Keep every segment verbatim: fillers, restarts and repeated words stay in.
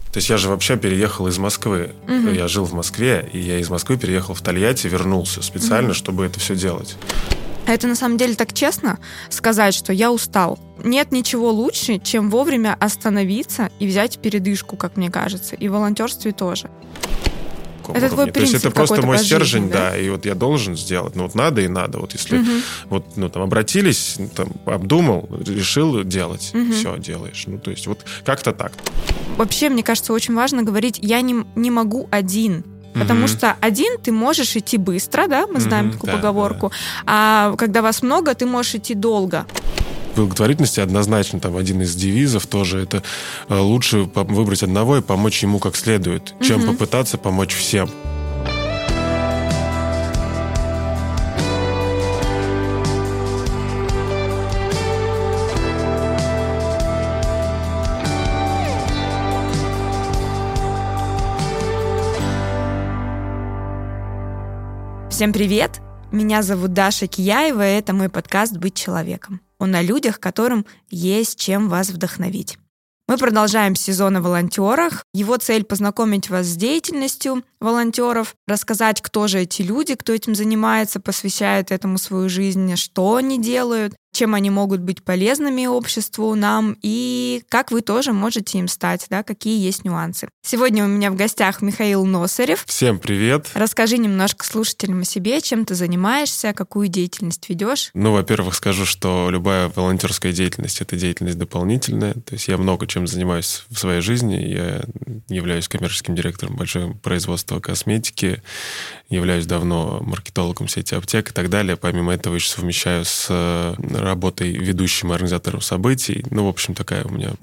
То есть я же вообще переехал из Москвы. Угу. Я жил в Москве, и я из Москвы переехал в Тольятти, вернулся специально, угу. чтобы это все делать. Это на самом деле так честно сказать, что я устал. Нет ничего лучше, чем вовремя остановиться и взять передышку, как мне кажется. И в волонтерстве тоже. Это уровне. твой принцип. То есть это просто мой стержень, жизни, да? да, и вот я должен сделать. Ну вот надо и надо. Вот если угу. вот, ну, там обратились, там, обдумал, решил делать, угу. все делаешь. Ну то есть вот как-то так. Вообще, мне кажется, очень важно говорить, я не, не могу один. Потому mm-hmm. что один ты можешь идти быстро, да, мы знаем mm-hmm, такую да, поговорку, да. А когда вас много, ты можешь идти долго. В благотворительности однозначно там один из девизов тоже это лучше выбрать одного и помочь ему как следует, mm-hmm. чем попытаться помочь всем. Всем привет! Меня зовут Даша Кияева, и это мой подкаст «Быть человеком». Он о людях, которым есть чем вас вдохновить. Мы продолжаем сезон о волонтерах. Его цель — познакомить вас с деятельностью волонтеров, рассказать, кто же эти люди, кто этим занимается, посвящает этому свою жизнь, что они делают, чем они могут быть полезными обществу, нам, и как вы тоже можете им стать, да, какие есть нюансы. Сегодня у меня в гостях Михаил Носарев. Всем привет. Расскажи немножко слушателям о себе, чем ты занимаешься, какую деятельность ведешь. Ну, во-первых, скажу, что любая волонтерская деятельность — это деятельность дополнительная. То есть я много чем занимаюсь в своей жизни. Я являюсь коммерческим директором большого производства косметики, являюсь давно маркетологом сети аптек и так далее. Помимо этого еще совмещаю с работой ведущим и организатором событий. Ну, в общем, такая у меня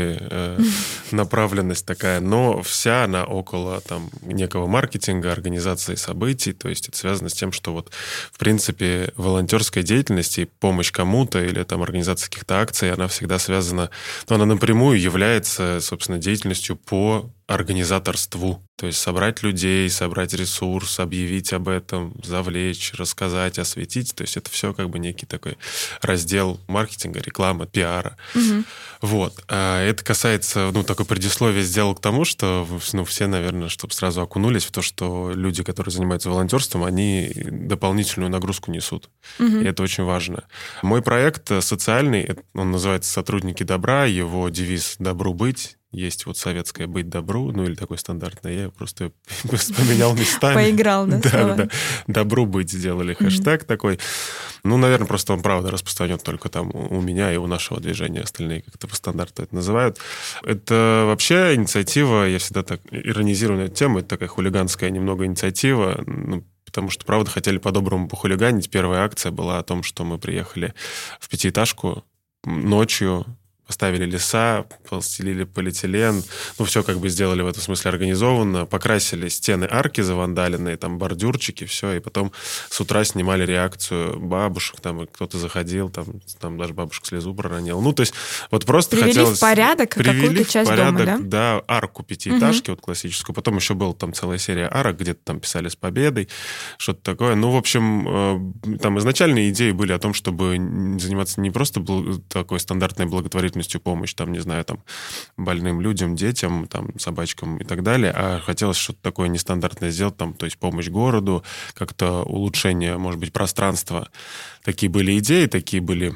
мультинаправленность такая, но вся она около там некого маркетинга, организации событий. То есть это связано с тем, что вот, в принципе, волонтерская деятельность и помощь кому-то или там организация каких-то акций, она всегда связана, ну, она напрямую является, собственно, деятельностью по организаторству. То есть собрать людей, собрать ресурс, объявить об этом, завлечь, рассказать, осветить. То есть это все как бы некий такой раздел маркетинга, рекламы, пиара. Угу. Вот. А это касается, ну, такое предисловие сделал к тому, что, ну, все, наверное, чтобы сразу окунулись в то, что люди, которые занимаются волонтерством, они дополнительную нагрузку несут. Угу. И это очень важно. Мой проект социальный, он называется «Сотрудники добра», его девиз «Добру быть». Есть вот советское «быть добру», ну или такой стандартный, я просто поменял местами. Поиграл, да? Да, да. «Добру быть» сделали хэштег такой. Ну, наверное, просто он, правда, распространен только там у меня и у нашего движения. Остальные как-то по стандарту это называют. Это вообще инициатива, я всегда так иронизирую на эту тему, это такая хулиганская немного инициатива, ну, потому что, правда, хотели по-доброму похулиганить. Первая акция была о том, что мы приехали в пятиэтажку ночью, поставили леса, постелили полиэтилен, ну, все как бы сделали в этом смысле организованно, покрасили стены арки завандаленные, там бордюрчики, все, и потом с утра снимали реакцию бабушек, там, и кто-то заходил, там, там даже бабушка слезу проронила. Ну, то есть вот просто привели хотелось... в порядок привели какую-то часть в порядок, дома, да? Да, арку пятиэтажки, угу. вот классическую, потом еще была там целая серия арок, где-то там писали «С победой», что-то такое. Ну, в общем, там изначальные идеи были о том, чтобы заниматься не просто бл- такой стандартной благотворительностью, помощь, там, не знаю, там, больным людям, детям, там, собачкам и так далее, а хотелось что-то такое нестандартное сделать, там, то есть помощь городу, как-то улучшение, может быть, пространства. Такие были идеи, такие были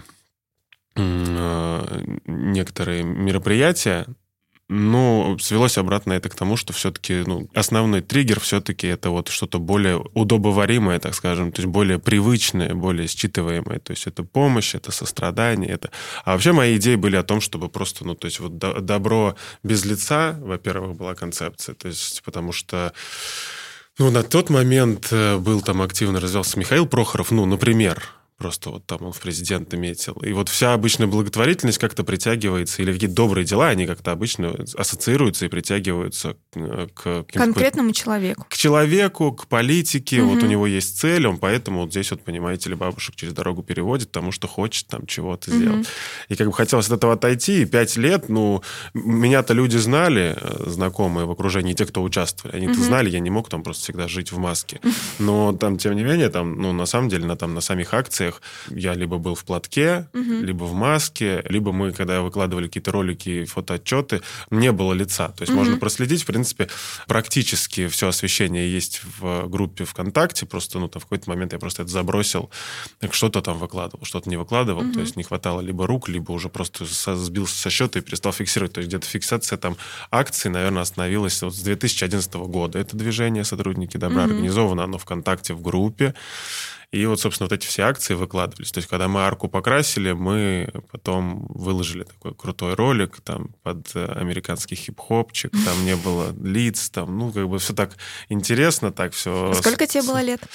э, некоторые мероприятия. Ну, свелось обратно это к тому, что все-таки, ну, основной триггер все-таки это вот что-то более удобоваримое, так скажем, то есть более привычное, более считываемое. То есть это помощь, это сострадание, это... А вообще мои идеи были о том, чтобы просто, ну, то есть вот добро без лица, во-первых, была концепция, то есть потому что, ну, на тот момент был там активно развивался Михаил Прохоров, ну, например, просто вот там он в президенты метил. И вот вся обычная благотворительность как-то притягивается, или какие-то добрые дела, они как-то обычно ассоциируются и притягиваются к... к конкретному человеку. К человеку, к политике. Угу. Вот у него есть цель, он поэтому вот здесь вот, понимаете ли, бабушек через дорогу переводит, потому что хочет там чего-то угу. сделать. И как бы хотелось от этого отойти, и пять лет, ну, меня-то люди знали, знакомые в окружении, те, кто участвовали, они-то угу. знали, я не мог там просто всегда жить в маске. Но там, тем не менее, там, ну, на самом деле, на, там, на самих акциях акциях я либо был в платке, угу. либо в маске, либо мы, когда выкладывали какие-то ролики, фотоотчеты, не было лица. То есть угу. можно проследить, в принципе, практически все освещение есть в группе ВКонтакте, просто ну, там, в какой-то момент я просто это забросил, что-то там выкладывал, что-то не выкладывал, угу. то есть не хватало либо рук, либо уже просто сбился со счета и перестал фиксировать. То есть где-то фиксация там акций, наверное, остановилась вот с две тысячи одиннадцатого года. Это движение «Сотрудники добра», угу. организовано оно ВКонтакте в группе. И вот, собственно, вот эти все акции выкладывались. То есть, когда мы арку покрасили, мы потом выложили такой крутой ролик там под американский хип-хопчик, там не было лиц, там, ну, как бы все так интересно, так все... Сколько тебе было лет?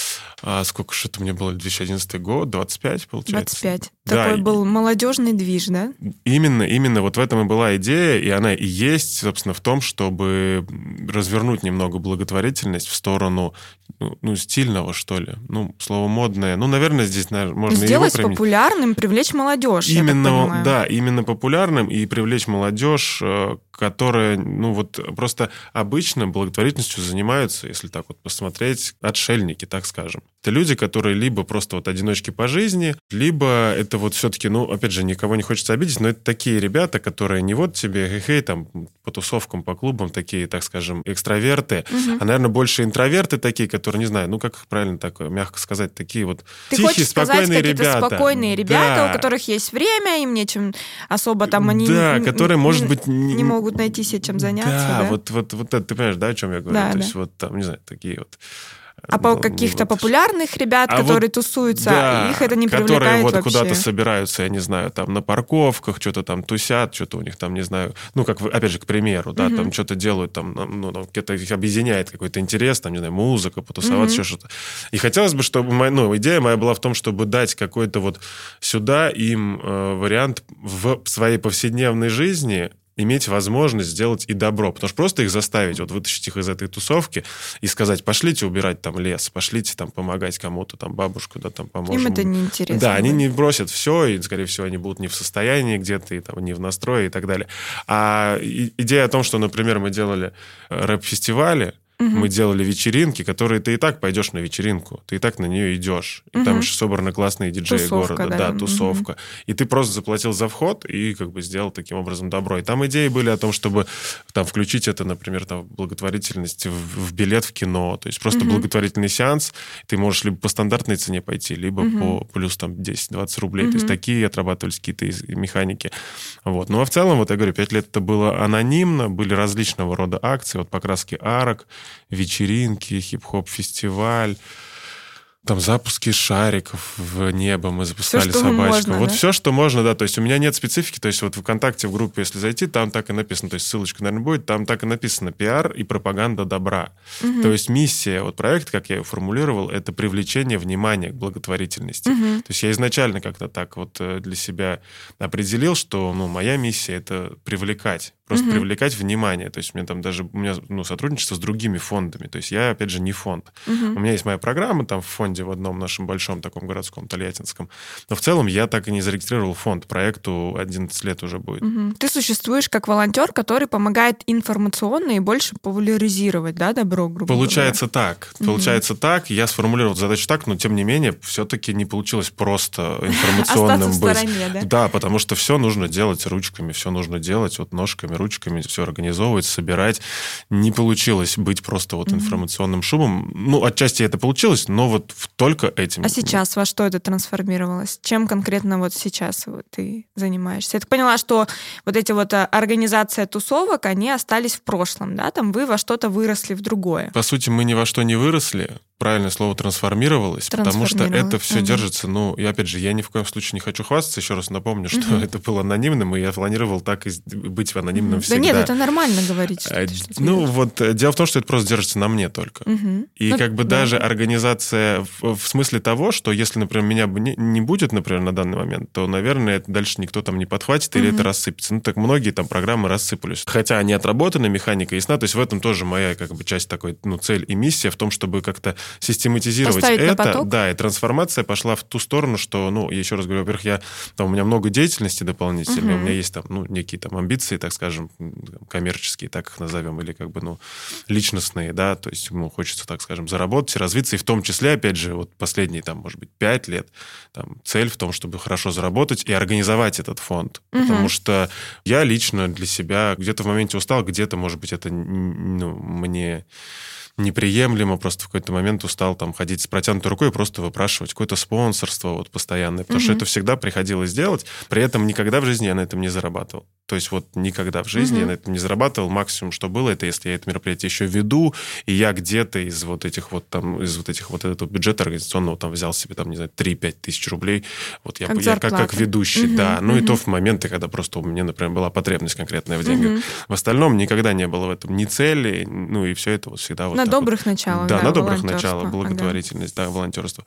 А сколько же это мне было? две тысячи одиннадцатый год, двадцать пять, получается. двадцать пять. Да, Такой и... был молодежный движ, да? Именно, именно вот в этом и была идея, и она и есть, собственно, в том, чтобы развернуть немного благотворительность в сторону, ну, ну стильного, что ли. Ну, слово модное. Ну, наверное, здесь, наверное, можно Сделать его применить. Популярным, привлечь молодежь, именно, я так понимаю. Да, именно популярным и привлечь молодежь, которая, ну, вот просто обычно благотворительностью занимаются, если так вот посмотреть, отшельники, так скажем. Это люди, которые либо просто вот одиночки по жизни, либо это вот все-таки, ну, опять же, никого не хочется обидеть, но это такие ребята, которые не вот тебе хе-хей, там, по тусовкам, по клубам, такие, так скажем, экстраверты, угу. а, наверное, больше интроверты такие, которые, не знаю, ну, как их правильно так мягко сказать, такие вот Ты тихие, спокойные сказать, ребята. Спокойные ребята, да. у которых есть время, им нечем особо там, они да, не, которые, не, может не, быть... Не, не могут найти себе чем заняться. Да, да? Вот, вот, вот это, ты понимаешь, да, о чем я говорю? Да, То да. есть вот там, не знаю, такие вот... А по каких-то вот... популярных ребят, а которые вот, тусуются, да, их это не привлекает которые вот вообще. куда-то собираются, я не знаю, там на парковках, что-то там тусят, что-то у них там, не знаю, ну, как, опять же, к примеру, да, uh-huh. там что-то делают, там, ну, это их объединяет какой-то интерес, там, не знаю, музыка, потусоваться, uh-huh. еще что-то. И хотелось бы, чтобы, моя, ну, идея моя была в том, чтобы дать какой-то вот сюда им э, вариант в своей повседневной жизни иметь возможность сделать и добро. Потому что просто их заставить, вот вытащить их из этой тусовки и сказать, пошлите убирать там лес, пошлите там помогать кому-то, там бабушку, да, там поможем. Им это неинтересно. Да, они не бросят все, и, скорее всего, они будут не в состоянии где-то, и там не в настрое и так далее. А идея о том, что, например, мы делали рэп-фестивали, угу. мы делали вечеринки, которые ты и так пойдешь на вечеринку, ты и так на нее идешь. И угу. там еще собраны классные диджеи тусовка, города. Да, да тусовка. Угу. И ты просто заплатил за вход и как бы сделал таким образом добро. И там идеи были о том, чтобы там включить это, например, там, благотворительность в, в билет в кино. То есть просто угу. благотворительный сеанс. Ты можешь либо по стандартной цене пойти, либо угу. по плюс там десять-двадцать рублей. Угу. То есть такие отрабатывались какие-то механики. Вот. Ну а в целом, вот я говорю, пять лет это было анонимно, были различного рода акции, вот покраски арок, вечеринки, хип-хоп-фестиваль, там запуски шариков в небо, мы запускали все, собачку. Можно, вот да? все, что можно, да. То есть у меня нет специфики. То есть вот ВКонтакте в группе, если зайти, там так и написано. То есть ссылочка, наверное, будет. Там так и написано пиар и пропаганда добра. Угу. То есть миссия вот проекта, как я ее формулировал, это привлечение внимания к благотворительности. Угу. То есть я изначально как-то так вот для себя определил, что ну, моя миссия — это привлекать. Просто угу. привлекать внимание. То есть у меня там даже у меня, ну, сотрудничество с другими фондами. То есть я, опять же, не фонд. Угу. У меня есть моя программа там в фонде в одном нашем большом таком городском, тольяттинском. Но в целом я так и не зарегистрировал фонд. Проекту одиннадцать лет уже будет. Угу. Ты существуешь как волонтер, который помогает информационно и больше популяризировать, да, добро, грубо Получается говоря. так. Угу. Получается так. Я сформулировал задачу так, но тем не менее все-таки не получилось просто информационным быть. Остаться в стороне, да? Да, потому что все нужно делать ручками, все нужно делать вот ножками, ручками, все организовывать, собирать. Не получилось быть просто вот mm-hmm. информационным шумом. Ну, отчасти это получилось, но вот только этим. А сейчас во что это трансформировалось? Чем конкретно вот сейчас вот ты занимаешься? Я так поняла, что вот эти вот организация тусовок, они остались в прошлом, да? Там вы во что-то выросли в другое. По сути, мы ни во что не выросли. Правильное слово трансформировалось, потому что это все угу. держится, ну, и опять же, я ни в коем случае не хочу хвастаться, еще раз напомню, что угу. это было анонимным, и я планировал так и быть анонимным угу. всегда. Да нет, это нормально говорить. Что а, ты, что ну, вот, дело в том, что это просто держится на мне только. Угу. И ну, как бы да. даже организация в, в смысле того, что если, например, меня не, не будет, например, на данный момент, то, наверное, это дальше никто там не подхватит, или угу. это рассыпется. Ну, так многие там программы рассыпались. Хотя они отработаны, механика ясна, то есть в этом тоже моя как бы часть такой, ну, цель и миссия в том, чтобы как-то систематизировать Поставить это. на поток? Да, и трансформация пошла в ту сторону, что, ну, я еще раз говорю, во-первых, я, там, у меня много деятельности дополнительной, угу. у меня есть там, ну, некие там амбиции, так скажем, коммерческие, так их назовем, или как бы, ну, личностные, да, то есть, ну, хочется, так скажем, заработать, развиться, и в том числе, опять же, вот последние, там, может быть, пять лет, там, цель в том, чтобы хорошо заработать и организовать этот фонд, угу. потому что я лично для себя где-то в моменте устал, где-то, может быть, это, ну, мне неприемлемо, просто в какой-то момент устал там ходить с протянутой рукой и просто выпрашивать какое-то спонсорство вот постоянное, потому mm-hmm. что это всегда приходилось делать, при этом никогда в жизни я на этом не зарабатывал. То есть вот никогда в жизни mm-hmm. я на этом не зарабатывал. Максимум, что было, это если я это мероприятие еще веду, и я где-то из вот этих вот там, из вот этих вот этого бюджета организационного там взял себе там, не знаю, три-пять тысяч рублей. Вот я как, я как, как ведущий, mm-hmm. да. Ну mm-hmm. и то в моменты, когда просто у меня, например, была потребность конкретная в деньгах. Mm-hmm. В остальном никогда не было в этом ни цели, ну и все это вот всегда вот на добрых вот, началах. Да, да, на добрых началах, благотворительность, ага. да, волонтерство.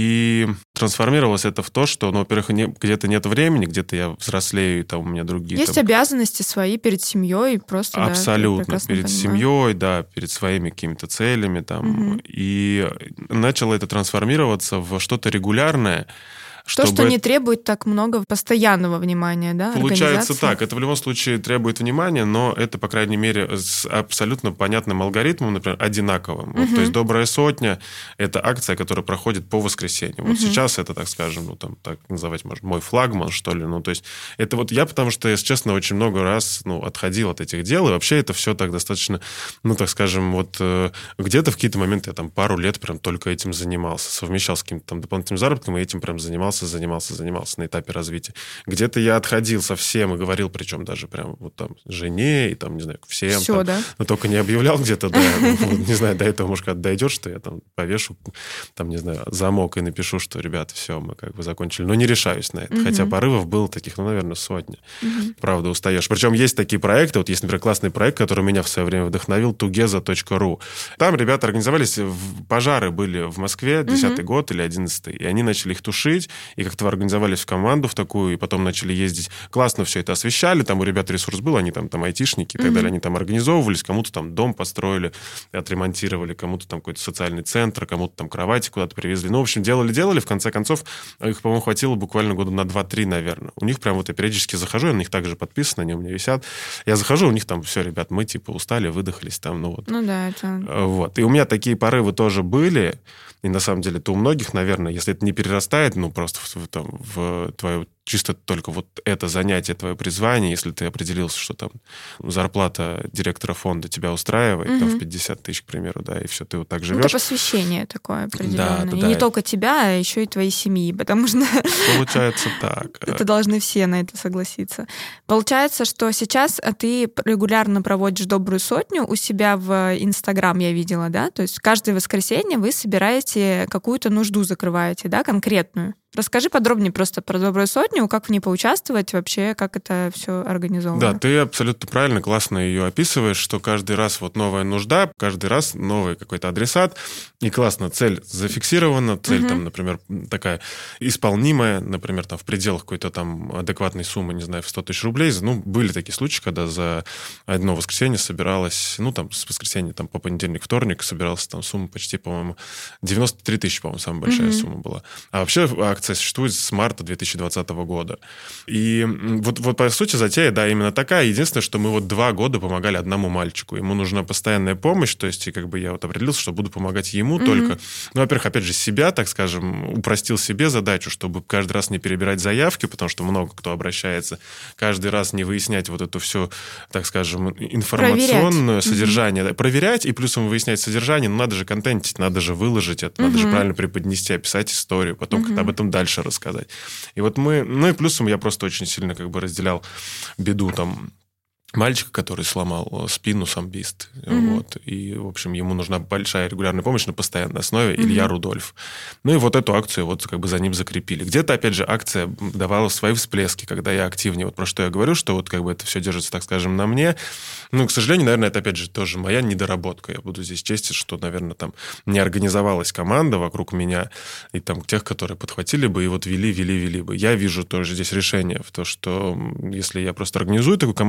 И трансформировалось это в то, что, ну, во-первых, не, где-то нет времени, где-то я взрослею, и там у меня другие... Есть там... обязанности свои перед семьей, просто... Абсолютно, да, перед понимаю. семьей, да, перед своими какими-то целями там. Угу. И начало это трансформироваться в что-то регулярное, То, чтобы... что не требует так много постоянного внимания, да? Получается так. Это в любом случае требует внимания, но это, по крайней мере, с абсолютно понятным алгоритмом, например, одинаковым. Uh-huh. Вот, то есть «Добрая сотня» — это акция, которая проходит по воскресеньям. Вот uh-huh. сейчас это, так скажем, ну, там, так называть, может, мой флагман, что ли. Ну, то есть это вот я, потому что, если честно, очень много раз, ну, отходил от этих дел, и вообще это все так достаточно, ну, так скажем, вот э, где-то в какие-то моменты я там пару лет прям только этим занимался, совмещал с каким-то там дополнительным заработком, и этим прям занимался занимался, занимался на этапе развития. Где-то я отходил совсем и говорил, причем даже прям вот там жене и там, не знаю, всем. Все, там, да? Но только не объявлял где-то, да, не знаю, до этого, может, когда дойдет, что я там повешу, там, не знаю, замок и напишу, что, ребята, все, мы как бы закончили. Но не решаюсь на это. Хотя порывов было таких, ну, наверное, сотни. Правда, устаешь. Причем есть такие проекты, вот есть, например, классный проект, который меня в свое время вдохновил, тугеза точка ру. Там ребята организовались, пожары были в Москве, десятый год или одиннадцатый, и они начали их тушить, и как-то организовались в команду в такую, и потом начали ездить. Классно все это освещали, там у ребят ресурс был, они там, там айтишники и так mm-hmm. далее, они там организовывались, кому-то там дом построили, отремонтировали, кому-то там какой-то социальный центр, кому-то там кровати куда-то привезли. Ну, в общем, делали-делали, в конце концов, их, по-моему, хватило буквально года на два-три, наверное. У них прям вот я периодически захожу, я на них также подписан, они у меня висят. Я захожу, у них там все, ребят, мы типа устали, выдохлись там, ну вот. Ну да, это... Вот. И у меня такие порывы тоже были, и на самом деле это у многих, наверное, если это не перерастает, ну, просто в, там, в твою чисто только вот это занятие, твое призвание, если ты определился, что там зарплата директора фонда тебя устраивает, угу. там в пятьдесят тысяч, к примеру, да, и все, ты вот так живешь. Это посвящение такое определенное. Да, да, и да. не только тебя, а еще и твоей семьи, потому что... Получается так. Это должны все на это согласиться. Получается, что сейчас ты регулярно проводишь добрую сотню у себя в Инстаграм, я видела, да? То есть каждое воскресенье вы собираете какую-то нужду, закрываете, да, конкретную. Расскажи подробнее просто про добрую сотню, как в ней поучаствовать, вообще, как это все организовано. Да, ты абсолютно правильно, классно ее описываешь, что каждый раз вот новая нужда, каждый раз новый какой-то адресат, и классно, цель зафиксирована, цель угу. там, например, такая исполнимая, например, там в пределах какой-то там адекватной суммы, не знаю, в сто тысяч рублей. Ну, были такие случаи, когда за одно воскресенье собиралось, ну, там, с воскресенья там, по понедельник, вторник собиралась там сумма почти, по-моему, девяносто три тысячи, по-моему, самая большая угу. сумма была. А вообще акция существует с марта две тысячи двадцатого года. И вот, вот по сути затея, да, именно такая. Единственное, что мы вот два года помогали одному мальчику. Ему нужна постоянная помощь, то есть и как бы я вот определился, что буду помогать ему mm-hmm. только. Ну, во-первых, опять же, себя, так скажем, упростил себе задачу, чтобы каждый раз не перебирать заявки, потому что много кто обращается, каждый раз не выяснять вот эту всю, так скажем, информационное содержание. Mm-hmm. Проверять и плюсом выяснять содержание, ну, надо же контентить, надо же выложить это, mm-hmm. надо же правильно преподнести, описать историю, потом mm-hmm. как-то об этом дальше рассказать. И вот мы... Ну и плюсом я просто очень сильно как бы разделял беду там мальчика, который сломал спину, самбист. Mm-hmm. Вот. И, в общем, ему нужна большая регулярная помощь на постоянной основе. Mm-hmm. Илья Рудольф. Ну и вот эту акцию вот как бы за ним закрепили. Где-то, опять же, акция давала свои всплески, когда я активнее. Вот про что я говорю, что вот как бы это все держится, так скажем, на мне. Ну, к сожалению, наверное, это, опять же, тоже моя недоработка. Я буду здесь честен, что, наверное, там не организовалась команда вокруг меня и там тех, которые подхватили бы и вот вели, вели, вели бы. Я вижу тоже здесь решение в том, что если я просто организую такую команду людей,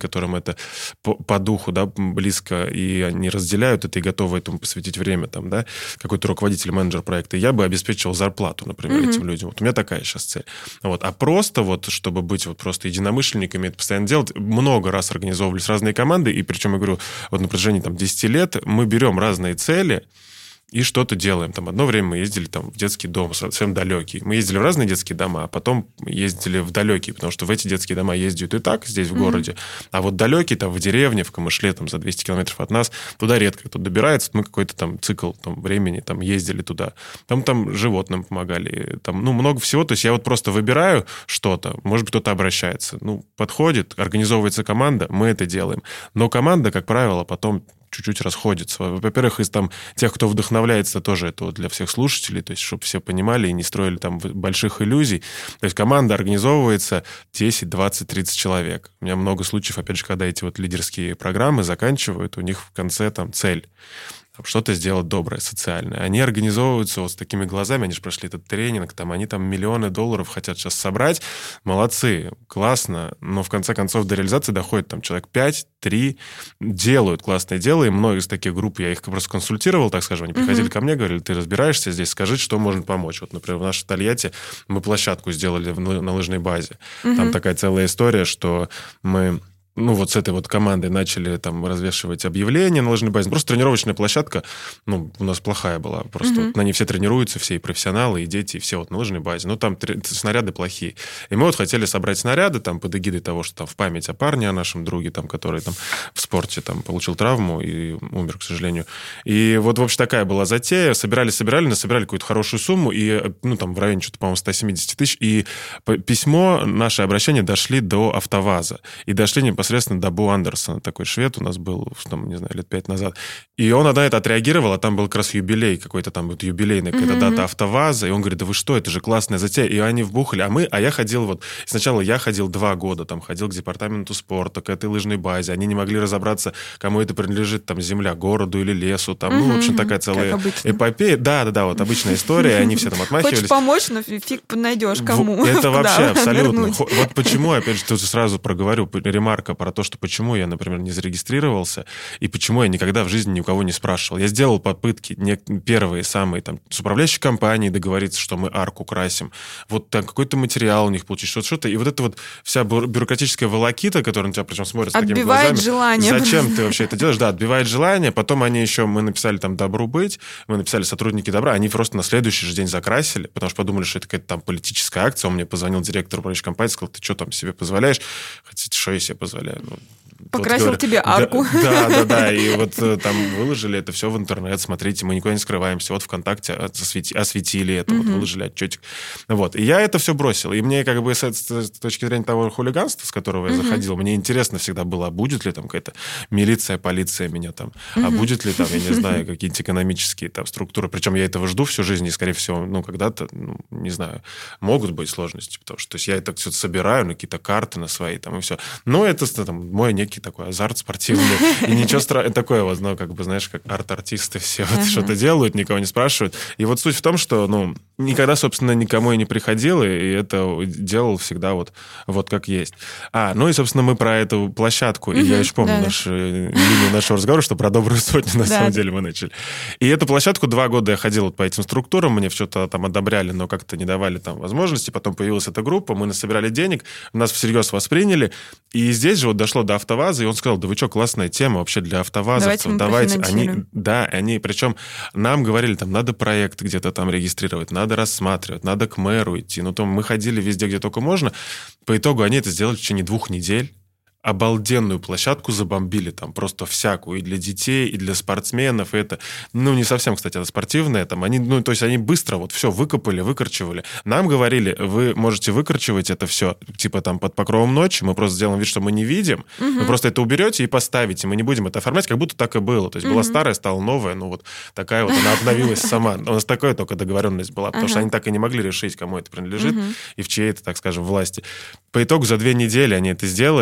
которым это по, по духу, да, близко, и они разделяют это и готовы этому посвятить время, там, да, какой-то руководитель, менеджер проекта, я бы обеспечивал зарплату, например, mm-hmm. этим людям. Вот у меня такая сейчас цель. Вот. А просто вот, чтобы быть вот просто единомышленниками, это постоянно делать, много раз организовывались разные команды, и причем, я говорю, вот на протяжении там десяти лет мы берем разные цели, и что-то делаем. Там одно время мы ездили там, в детский дом, совсем далекий. Мы ездили в разные детские дома, а потом ездили в далекие, потому что в эти детские дома ездят и так здесь, в mm-hmm. городе. А вот далекие, там, в деревне, в Камышле, там, за двести километров от нас, туда редко кто добирается. Мы какой-то там цикл там, времени там, ездили туда. Там, там животным помогали. Там, ну, много всего. То есть я вот просто выбираю что-то. Может быть, кто-то обращается. Ну, подходит, организовывается команда, мы это делаем. Но команда, как правило, потом чуть-чуть расходятся. Во-первых, из там тех, кто вдохновляется, тоже это вот для всех слушателей, то есть чтобы все понимали и не строили там больших иллюзий. То есть команда организовывается десять, двадцать, тридцать человек. У меня много случаев, опять же, когда эти вот лидерские программы заканчивают, у них в конце там цель. Что-то сделать доброе, социальное. Они организовываются вот с такими глазами, они же прошли этот тренинг, там, они там миллионы долларов хотят сейчас собрать. Молодцы, классно, но в конце концов до реализации доходит там человек пять, три, делают классное дело, и много из таких групп, я их просто консультировал, так скажем, они приходили uh-huh. ко мне, говорили, ты разбираешься здесь, скажи, что можно помочь. Вот, например, в нашей Тольятти мы площадку сделали на лыжной базе. Uh-huh. Там такая целая история, что мы... Ну, вот с этой вот командой начали там развешивать объявления на лыжной базе. Просто тренировочная площадка, ну, у нас плохая была. Просто mm-hmm. вот на ней все тренируются, все и профессионалы, и дети, и все вот на лыжной базе. Ну, там тр... снаряды плохие. И мы вот хотели собрать снаряды там под эгидой того, что там в память о парне, о нашем друге, там, который там в спорте там получил травму и умер, к сожалению. И вот, в общем, такая была затея. Собирали-собирали, насобирали какую-то хорошую сумму, и, ну, там, в районе что-то, по-моему, сто семьдесят тысяч. И письмо, наши обращения дошли до АвтоВАЗа. И дошли не непосредственно до Бо Андерсона, такой швед у нас был, там, не знаю, лет пять назад. И он на это отреагировал, а там был как раз юбилей, какой-то там вот юбилейная какая-то mm-hmm. дата АвтоВАЗа, и он говорит, да вы что, это же классная затея. И они вбухали, а мы, а я ходил вот, сначала я ходил два года, там, ходил к департаменту спорта, к этой лыжной базе, они не могли разобраться, кому это принадлежит, там, земля, городу или лесу, там, mm-hmm. ну, в общем, такая целая эпопея. Да-да-да, вот обычная история, они все там отмахивались. Хочешь помочь, но фиг найдешь кому. Это вообще абсолютно. Вот почему, опять же, тут сразу проговорю, ремарка про то, что почему я, например, не зарегистрировался, и почему я никогда в жизни ни у кого не спрашивал. Я сделал попытки, не первые самые, там, с управляющей компанией договориться, что мы арку красим, вот там какой-то материал у них получить, что-то, что-то, и вот эта вот вся бюрократическая волокита, которая на тебя причем смотрит с такими глазами. Отбивает желание. Зачем ты вообще это делаешь? Да, отбивает желание. Потом они еще, мы написали там «Добру быть», мы написали «Сотрудники добра», они просто на следующий же день закрасили, потому что подумали, что это какая-то там политическая акция. Он мне позвонил директор управляющей компании, сказал, ты что там себе позволяешь? Хотите, что я себе позволяю? Ну, покрасил вот, тебе арку. Да, да, да. И вот там выложили это все в интернет. Смотрите, мы никуда не скрываемся. Вот ВКонтакте освети, осветили это, mm-hmm. вот выложили отчетик. Вот. И я это все бросил. И мне как бы с, с точки зрения того хулиганства, с которого я mm-hmm. заходил, мне интересно всегда было, а будет ли там какая-то милиция, полиция меня там, mm-hmm. а будет ли там, я не знаю, какие-нибудь экономические там структуры. Причем я этого жду всю жизнь, и, скорее всего, ну, когда-то, ну, не знаю, могут быть сложности, потому что то есть я это все собираю на какие-то карты на свои там и все. Но это там мой некий такой азарт спортивный. И ничего страшного. Такое вот, ну, как бы, знаешь, как арт-артисты все вот что-то делают, никого не спрашивают. И вот суть в том, что, ну, никогда, собственно, никому и не приходил, и это делал всегда вот, вот как есть. А, ну и, собственно, мы про эту площадку, и я еще помню нашу линию нашего разговора, что про добрую сотню, на самом деле, мы начали. И эту площадку два года я ходил вот по этим структурам, мне что-то там одобряли, но как-то не давали там возможности. Потом появилась эта группа, мы насобирали денег, нас всерьез восприняли. И здесь же вот дошло до АвтоВАЗа, и он сказал, да вы что, классная тема вообще для АвтоВАЗовцев. Давайте, Давайте. Они, да, они, причем нам говорили, там, надо проект где-то там регистрировать, надо рассматривать, надо к мэру идти. Ну, то мы ходили везде, где только можно. По итогу они это сделали в течение двух недель. Обалденную площадку забомбили, там просто всякую, и для детей, и для спортсменов, и это, ну, не совсем, кстати, это спортивное, там, они, ну, то есть они быстро вот все выкопали, выкорчевали. Нам говорили, вы можете выкорчевать это все, типа там под покровом ночи, мы просто сделаем вид, что мы не видим, угу. вы просто это уберете и поставите, мы не будем это оформлять, как будто так и было, то есть угу. была старая, стала новая, ну, вот такая вот, она обновилась сама. У нас такая только договоренность была, потому что они так и не могли решить, кому это принадлежит, и в чьей это, так скажем, власти. По итогу за две недели они это сделали,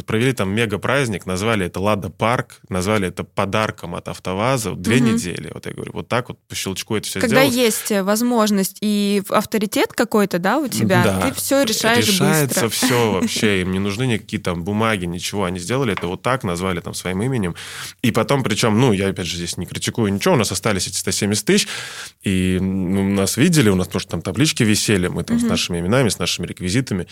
провели там мега-праздник, назвали это «Лада Парк», назвали это подарком от АвтоВАЗа. Две угу. недели, вот я говорю, вот так вот по щелчку это все Когда сделалось. Когда есть возможность и авторитет какой-то, да, у тебя, да. ты все решаешь Решается быстро. все вообще, им не нужны никакие там бумаги, ничего. Они сделали это вот так, назвали там своим именем. И потом, причем, ну, я опять же здесь не критикую ничего, у нас остались эти сто семьдесят тысяч, и ну, нас видели, у нас тоже там таблички висели, мы там угу. с нашими именами, с нашими реквизитами.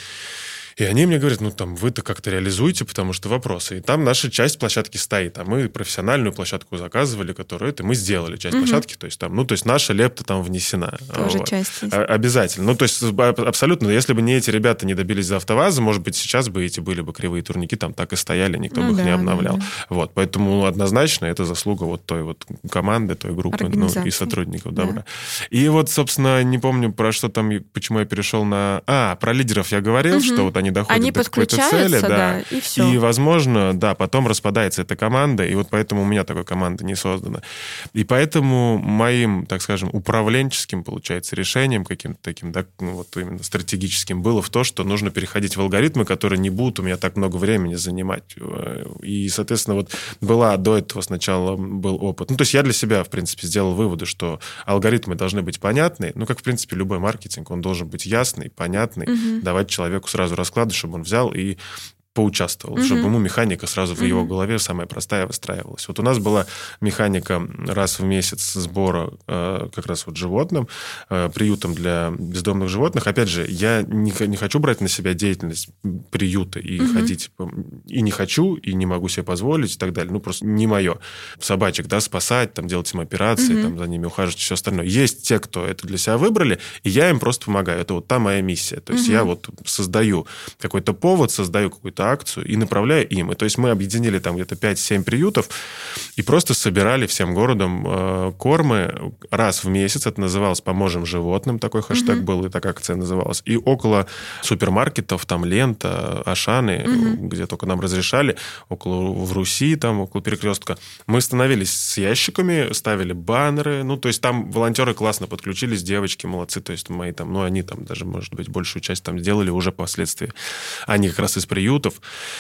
И они мне говорят, ну, там, вы-то как-то реализуете, потому что вопросы. И там наша часть площадки стоит. А мы профессиональную площадку заказывали, которую это мы сделали, часть угу. площадки. То есть, там, ну, то есть, наша лепта там внесена. Тоже вот. часть есть. Обязательно. Ну, то есть, абсолютно. Если бы не эти ребята не добились за АвтоВАЗа, может быть, сейчас бы эти были бы кривые турники, там так и стояли, никто ну, бы их да, не обновлял. Да, да. Вот. Поэтому однозначно это заслуга вот той вот команды, той группы, ну, и сотрудников. Да. Добра. И вот, собственно, не помню, про что там, почему я перешел на... А, про лидеров я говорил, угу. что вот они доходят они до какой-то цели, да, да, и все. И, возможно, да, потом распадается эта команда, и вот поэтому у меня такой команды не создано. И поэтому моим, так скажем, управленческим, получается, решением каким-то таким, да, ну, вот именно стратегическим было в то, что нужно переходить в алгоритмы, которые не будут у меня так много времени занимать. И, соответственно, вот была до этого сначала был опыт. Ну, то есть я для себя, в принципе, сделал выводы, что алгоритмы должны быть понятны, ну, как, в принципе, любой маркетинг, он должен быть ясный, понятный, угу. давать человеку сразу расклады, чтобы он взял и поучаствовал, угу. чтобы ему механика сразу в угу. его голове самая простая выстраивалась. Вот у нас была механика раз в месяц сбора э, как раз вот животным, э, приютом для бездомных животных. Опять же, я не, не хочу брать на себя деятельность приюта и угу. ходить, и не хочу, и не могу себе позволить и так далее. Ну, просто не мое. Собачек, да, спасать, там, делать им операции, угу. там, за ними ухаживать и все остальное. Есть те, кто это для себя выбрали, и я им просто помогаю. Это вот та моя миссия. То есть угу. я вот создаю какой-то повод, создаю какую-то акцию и направляю им. И то есть мы объединили там где-то пять-семь приютов и просто собирали всем городом э, кормы раз в месяц. Это называлось «Поможем животным», такой хэштег uh-huh. был, и так акция называлась. И около супермаркетов, там Лента, Ашаны, uh-huh. где только нам разрешали, около в Руси, там около перекрестка, мы становились с ящиками, ставили баннеры. Ну, то есть там волонтеры классно подключились, девочки молодцы. То есть мои там, ну, они там даже, может быть, большую часть там сделали уже впоследствии. Они как раз из приютов.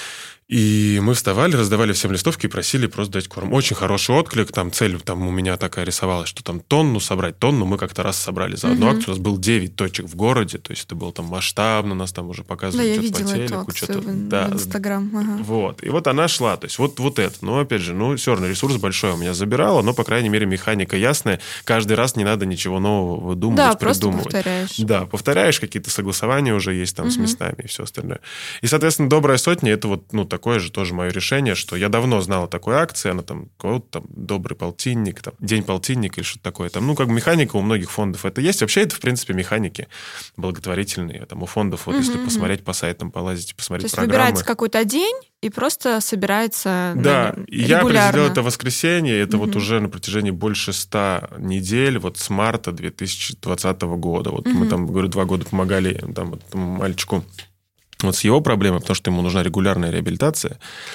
И мы вставали, раздавали всем листовки и просили просто дать корм. Очень хороший отклик. Там цель там у меня такая рисовалась, что там тонну собрать. Тонну мы как-то раз собрали за одну угу. акцию. У нас было девять точек в городе. То есть это было там масштабно. Нас там уже показывали да, что-то по телеку. Что-то в, да, в Инстаграм. Ага. Вот. И вот она шла. То есть вот, вот это. Но опять же, ну все равно ресурс большой у меня забирала, но, по крайней мере, механика ясная. Каждый раз не надо ничего нового выдумывать, да, придумывать. Просто повторяешь. Да, повторяешь. Какие-то согласования уже есть там угу. с местами и все остальное. И, соответственно, «Добрая сотня» — это вот ну, такое же тоже мое решение. Решение, что я давно знал о такой акции, она там, там «Добрый полтинник», там, «День полтинника» или что-то такое. Там, ну, как механика у многих фондов это есть. Вообще это, в принципе, механики благотворительные. Там у фондов, вот, uh-huh, если uh-huh. посмотреть по сайтам, полазить, посмотреть программы. То есть выбирается какой-то день и просто собирается да, ну, я регулярно. сделал это в воскресенье. Это uh-huh. вот уже на протяжении больше ста недель, вот с марта две тысячи двадцатого года. Вот uh-huh. мы там, говорю, два года помогали там, вот, тому мальчику вот с его проблемой, потому что ему нужна регулярная реабилитация.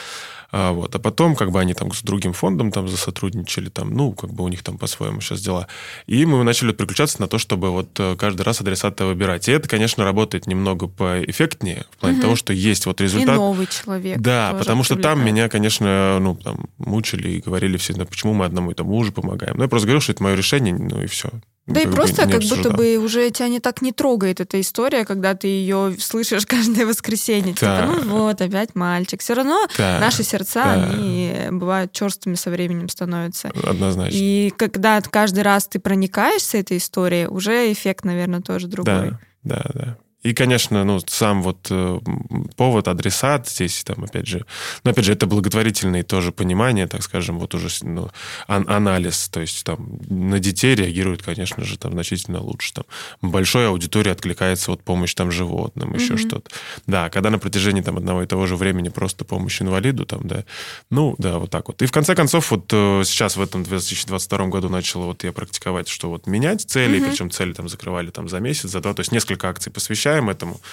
А, вот. а потом, как бы, они там с другим фондом там засотрудничали, там, ну, как бы у них там по-своему сейчас дела. И мы начали переключаться на то, чтобы вот каждый раз адресата выбирать. И это, конечно, работает немного поэффектнее, в плане угу. того, что есть вот результат. И новый человек. Да, потому что там меня, конечно, ну, там, мучили и говорили все, ну, почему мы одному и тому же помогаем. Ну, я просто говорю, что это мое решение, ну, и все. Да как и просто как обсуждал. будто бы уже тебя не так не трогает эта история, когда ты ее слышишь каждое воскресенье. Да. Типа, ну вот, опять мальчик. Все равно да. наши сердца, да. они бывают черствыми со временем становятся. Однозначно. И когда каждый раз ты проникаешься этой историей, уже эффект, наверное, тоже другой. Да, да, да. И, конечно, ну, сам вот э, повод, адресат здесь, там, опять же, ну, опять же, это благотворительное тоже понимание, так скажем, вот уже ну, ан- анализ, то есть там на детей реагирует, конечно же, там значительно лучше, там большой аудитории откликается вот помощь там животным, еще mm-hmm. что-то. Да, когда на протяжении там одного и того же времени просто помощь инвалиду, там, да, ну, да, вот так вот. И в конце концов, вот э, сейчас в этом две тысячи двадцать втором году начал вот я практиковать, что вот менять цели, mm-hmm. причем цели там закрывали там за месяц, за два, то есть несколько акций посвящаем этому.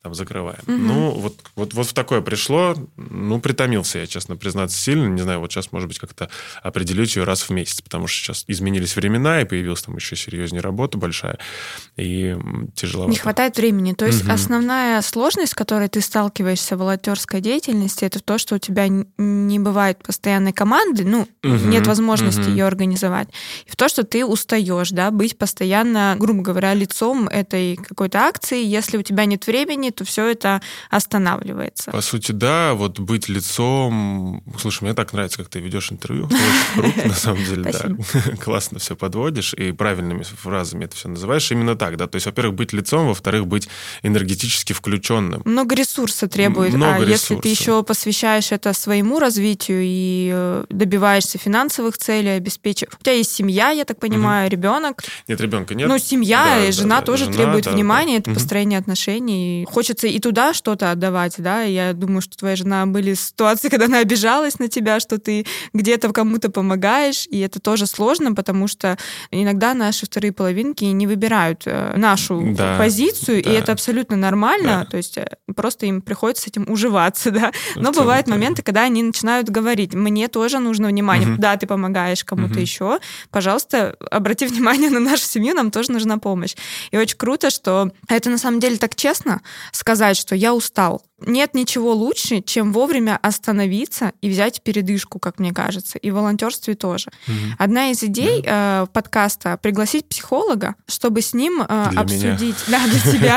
там закрываем. Угу. Ну, вот, вот, вот в такое пришло, ну, притомился я, честно признаться, сильно. Не знаю, вот сейчас, может быть, как-то определить ее раз в месяц, потому что сейчас изменились времена, и появилась там еще серьезнее работа большая, и тяжеловато. Не хватает времени. То есть угу. основная сложность, с которой ты сталкиваешься в волонтерской деятельности, это то, что у тебя не бывает постоянной команды, ну, угу. нет возможности угу. ее организовать. И в то, что ты устаешь, да, быть постоянно, грубо говоря, лицом этой какой-то акции. Если у тебя нет времени, то все это останавливается. По сути, да, вот быть лицом... Слушай, мне так нравится, как ты ведешь интервью. Очень круто, на самом деле, да. Классно все подводишь и правильными фразами это все называешь. Именно так, да. То есть, во-первых, быть лицом, во-вторых, быть энергетически включенным. Много ресурса требует. Много а ресурса. Если ты еще посвящаешь это своему развитию и добиваешься финансовых целей, обеспечиваешь... У тебя есть семья, я так понимаю, угу. ребенок. Нет, ребенка нет. Ну, семья, да, и жена да, тоже жена, требует да, внимания, да. это угу. построение отношений. Хочется и туда что-то отдавать, да. Я думаю, что твоя жена были ситуации, когда она обижалась на тебя, что ты где-то кому-то помогаешь, и это тоже сложно, потому что иногда наши вторые половинки не выбирают нашу да, позицию, да. и это абсолютно нормально, Да. то есть просто им приходится с этим уживаться, да. Но в бывают целом, моменты, да. когда они начинают говорить, мне тоже нужно внимание, угу. да, ты помогаешь кому-то угу. еще, пожалуйста, обрати внимание на нашу семью, нам тоже нужна помощь. И очень круто, что это на самом деле так честно сказать, что я устал. Нет ничего лучше, чем вовремя остановиться и взять передышку, как мне кажется, и в волонтерстве тоже. Угу. Одна из идей да. э, подкаста — пригласить психолога, чтобы с ним э, обсудить... Да, для тебя.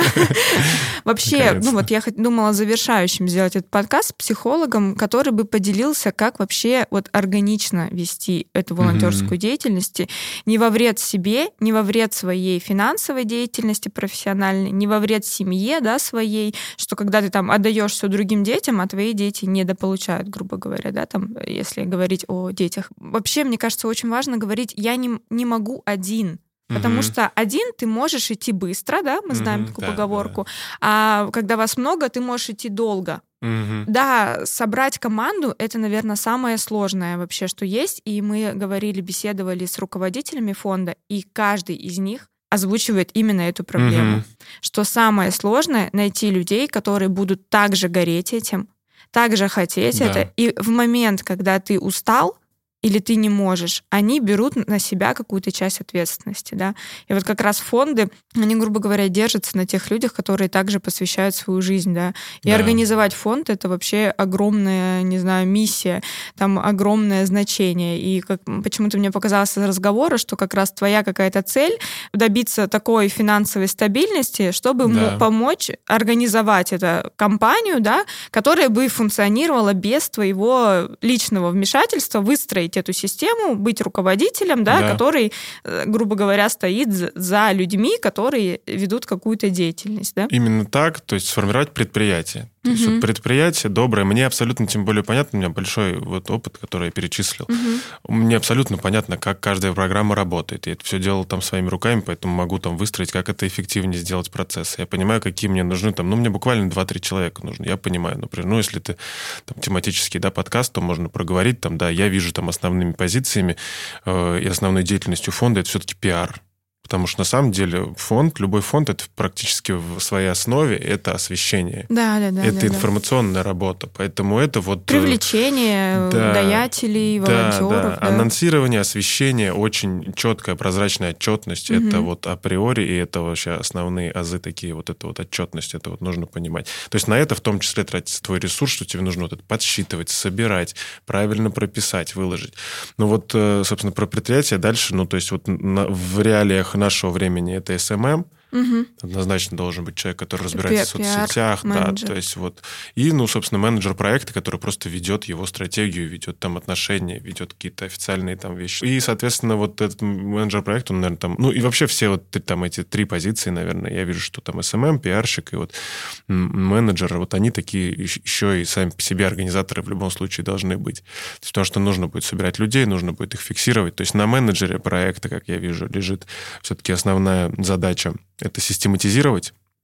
Вообще, ну вот я думала завершающим сделать этот подкаст с психологом, который бы поделился, как вообще вот органично вести эту волонтерскую деятельность, не во вред себе, не во вред своей финансовой деятельности профессиональной, не во вред семье, да, своей, что когда ты там отдаешь все другим детям, а твои дети недополучают, грубо говоря, да, там, если говорить о детях. Вообще, мне кажется, очень важно говорить, я не, не могу один. Потому mm-hmm. что один ты можешь идти быстро, да, мы знаем mm-hmm, такую да, поговорку, да. а когда вас много, ты можешь идти долго. Mm-hmm. Да, собрать команду — это, наверное, самое сложное вообще, что есть, и мы говорили, беседовали с руководителями фонда, и каждый из них озвучивает именно эту проблему. Mm-hmm. Что самое сложное — найти людей, которые будут также гореть этим, также хотеть да. это, и в момент, когда ты устал, или ты не можешь, они берут на себя какую-то часть ответственности, да. И вот как раз фонды, они, грубо говоря, держатся на тех людях, которые также посвящают свою жизнь, да. И да. организовать фонд — это вообще огромная, не знаю, миссия, там огромное значение. И как, почему-то мне показалось из разговора, что как раз твоя какая-то цель — добиться такой финансовой стабильности, чтобы да. помочь организовать эту компанию, да, которая бы функционировала без твоего личного вмешательства, выстроить эту систему, быть руководителем, да, да. который, грубо говоря, стоит за людьми, которые ведут какую-то деятельность. Да? Именно так, то есть сформировать предприятие. То есть вот предприятие доброе, мне абсолютно тем более понятно, у меня большой вот опыт, который я перечислил. Угу. Мне абсолютно понятно, как каждая программа работает. Я это все делал там своими руками, поэтому могу там выстроить, как это эффективнее сделать процессы. Я понимаю, какие мне нужны там, ну, мне буквально два-три человека нужно. Я понимаю, например, ну, если ты там тематический, да, подкаст, то можно проговорить там, да, я вижу там основными позициями э, и основной деятельностью фонда это все-таки пиар. Потому что на самом деле фонд, любой фонд, это практически в своей основе это освещение. Да, да, да. Это да, информационная да. работа. Поэтому это вот... Привлечение да, даятелей, волонтеров. Да, да. Да. Анонсирование, освещение, очень четкая, прозрачная отчетность. Угу. Это вот априори, и это вообще основные азы такие, вот это вот отчетность, это вот нужно понимать. То есть на это в том числе тратится твой ресурс, что тебе нужно вот это подсчитывать, собирать, правильно прописать, выложить. Ну вот, собственно, про предприятие дальше, ну то есть вот в реалиях нашего времени это эс эм эм. Угу. Однозначно должен быть человек, который разбирается Пи- в соцсетях. Да, то есть вот. И, ну, собственно, менеджер проекта, который просто ведет его стратегию, ведет там отношения, ведет какие-то официальные там вещи. И, соответственно, вот этот менеджер проекта, он, наверное, там... Ну, и вообще все вот там эти три позиции, наверное, я вижу, что там эс эм эм, пиарщик и вот менеджер, вот они такие еще и сами по себе организаторы в любом случае должны быть. То есть, потому что нужно будет собирать людей, нужно будет их фиксировать. То есть на менеджере проекта, как я вижу, лежит все-таки основная задача — это систематизировать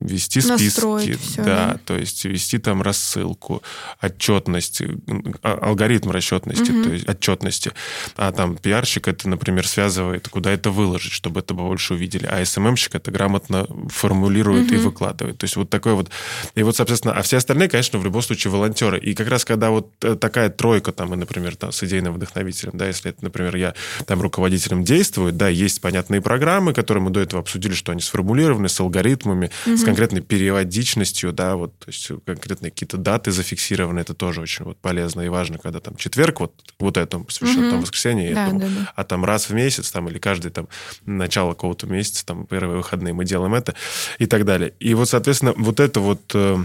вести списки, все, да, да, то есть вести там рассылку, отчетность, алгоритм расчетности, угу. то есть отчетности. А там пиарщик это, например, связывает, куда это выложить, чтобы это больше увидели. А эс эм эм-щик это грамотно формулирует угу. и выкладывает. То есть вот такой вот... И вот, соответственно, а все остальные, конечно, в любом случае волонтеры. И как раз когда вот такая тройка, там, и, например, там, с идейным вдохновителем, да, если это, например, я там руководителем действую, да, есть понятные программы, которые мы до этого обсудили, что они сформулированы, с алгоритмами, угу. с конкретной периодичностью, да, вот, то есть конкретные какие-то даты зафиксированы, это тоже очень вот полезно и важно, когда там четверг, вот, вот этому посвящен, угу. там воскресенье да, этому, да, да. а там раз в месяц, там, или каждый там начало какого-то месяца, там, первые выходные мы делаем это и так далее. И вот, соответственно, вот это вот...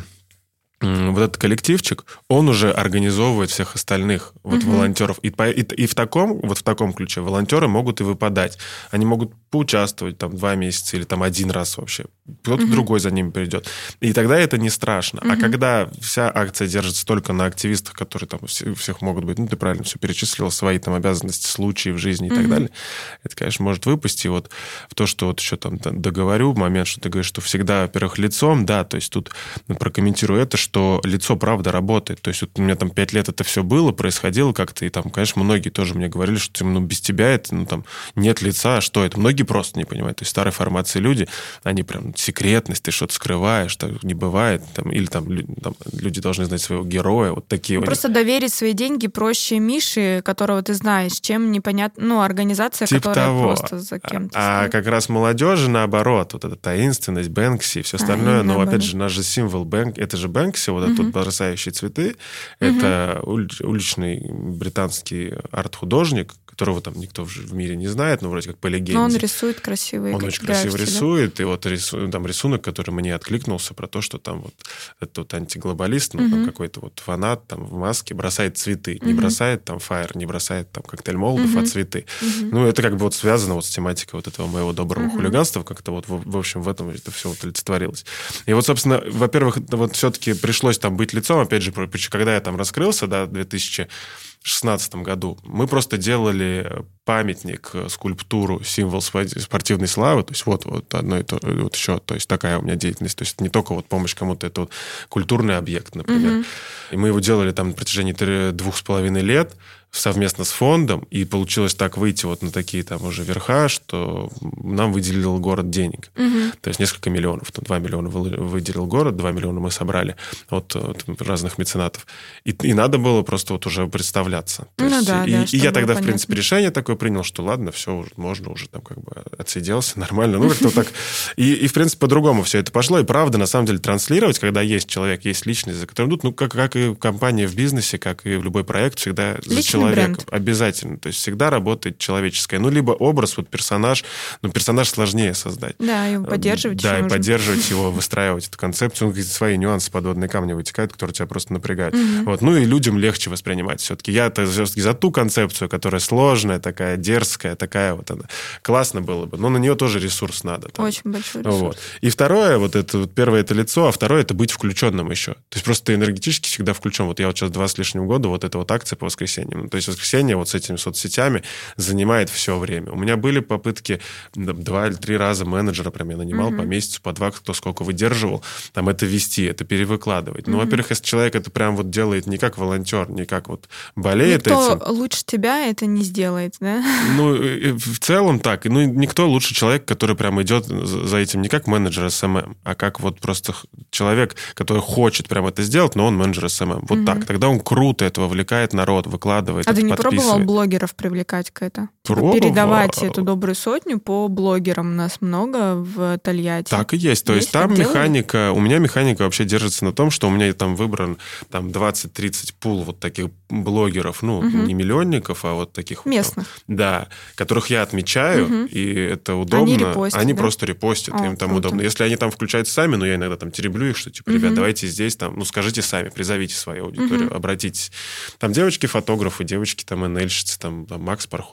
вот этот коллективчик, он уже организовывает всех остальных вот, угу. волонтеров. И, и, и в таком, вот в таком ключе волонтеры могут и выпадать. Они могут поучаствовать там два месяца или там один раз вообще. Кто-то угу. другой за ними придет. И тогда это не страшно. Угу. А когда вся акция держится только на активистах, которые там у всех могут быть, ну, ты правильно все перечислила, свои там обязанности, случаи в жизни и угу. так далее, это, конечно, может выпасть. И вот в то, что вот еще там договорю, момент, что ты говоришь, что всегда, во-первых, лицом, да, то есть тут прокомментирую это, что лицо, правда, работает. То есть вот у меня там пять лет это все было, происходило как-то, и там, конечно, многие тоже мне говорили, что ну, без тебя это, ну, там, нет лица, что это? Многие просто не понимают. То есть старой формации люди, они прям, секретность, ты что-то скрываешь, так не бывает. Там, или там, там люди должны знать своего героя, вот такие. Ну, просто доверить свои деньги проще Миши, которого ты знаешь, чем непонятно, ну, организация, типа которая того. Просто за кем-то А, а как раз молодежи, наоборот, вот эта таинственность, Бэнкси и все остальное, а, но, наоборот. Опять же, наш же символ Бэнк, это же Бэнкси, вот uh-huh. тут бросающие цветы. Uh-huh. Это уличный британский арт-художник, которого там никто в мире не знает, но вроде как по легенде. Но он рисует красивые Он очень красиво граффити, рисует, да? И вот рису, там рисунок, который мне откликнулся про то, что там вот этот вот антиглобалист, ну, uh-huh. там какой-то вот фанат там в маске бросает цветы. Uh-huh. Не бросает там фаер, не бросает там коктейль Молотов, uh-huh. а цветы. Uh-huh. Ну, это как бы вот связано вот с тематикой вот этого моего доброго uh-huh. хулиганства, как-то вот, в, в общем, в этом это все вот олицетворилось. И вот, собственно, во-первых, вот все-таки пришлось там быть лицом, опять же, когда я там раскрылся, да, в две тысячи шестнадцатом году, мы просто делали памятник, скульптуру, символ спортивной славы, то есть вот, вот одно и то, вот еще, то есть такая у меня деятельность, то есть не только вот помощь кому-то, это вот культурный объект, например. Mm-hmm. И мы его делали там на протяжении двух с половиной лет совместно с фондом, и получилось так выйти вот на такие там уже верха, что нам выделил город денег. Угу. То есть несколько миллионов. Там два миллиона выделил город, два миллиона мы собрали от, от разных меценатов. И, и надо было просто вот уже представляться. То ну есть, да, и, да, и я тогда, понятно. В принципе, решение такое принял, что ладно, все, уже, можно уже там как бы отсиделся, нормально. Ну, как-то так. И, и, в принципе, по-другому все это пошло. И правда, на самом деле, транслировать, когда есть человек, есть личность, за которым идут, ну, как, как и компания в бизнесе, как и в любой проект, всегда за человека. Бренд. Обязательно. То есть всегда работает человеческое. Ну, либо образ, вот персонаж. Но персонаж сложнее создать. Да, его поддерживать Да, и нужно. поддерживать его, выстраивать эту концепцию. Ну, какие-то свои нюансы, подводные камни вытекают, которые тебя просто напрягают. Угу. Вот. Ну, и людям легче воспринимать все-таки. Я-то все-таки за ту концепцию, которая сложная, такая дерзкая, такая вот она. Классно было бы. Но на нее тоже ресурс надо. Там. Очень большой ресурс. Вот. И второе, вот это вот первое это лицо, а второе это быть включенным еще. То есть просто ты энергетически всегда включен. Вот я вот сейчас два с лишним года, вот эта вот акция по воскресеньям. То есть воскресенье вот с этими соцсетями занимает все время. У меня были попытки два или три раза менеджера прям я нанимал mm-hmm. по месяцу, по два, кто сколько выдерживал, там это вести, это перевыкладывать. Mm-hmm. Ну, во-первых, если человек это прям вот делает не как волонтер, не как вот болеет никто этим. лучше тебя это не сделает, да? Ну, в целом так. Ну, никто лучше человек, который прям идет за этим не как менеджер эс эм эм, а как вот просто человек, который хочет прям это сделать, но он менеджер эс эм эм. Вот mm-hmm. так. Тогда он круто это вовлекает народ, выкладывает, а это ты не подписывает. Пробовал блогеров привлекать к этому? Пробовал. Передавать эту добрую сотню по блогерам. У нас много в Тольятти. Так и есть. То есть, есть там механика... Делали? У меня механика вообще держится на том, что у меня там выбран там двадцать-тридцать пул вот таких блогеров, ну, угу. не миллионников, а вот таких... Местных. Вот, да, которых я отмечаю, угу. и это удобно. Они репостят, Они да? просто репостят, О, им там круто. Удобно. Если они там включают сами, ну, я иногда там тереблю их, что, типа, ребят, угу. давайте здесь там, ну, скажите сами, призовите свою аудиторию, угу. обратитесь. Там девочки-фотографы, девочки там эн эльщицы, там, там Макс Пархоменко, угу.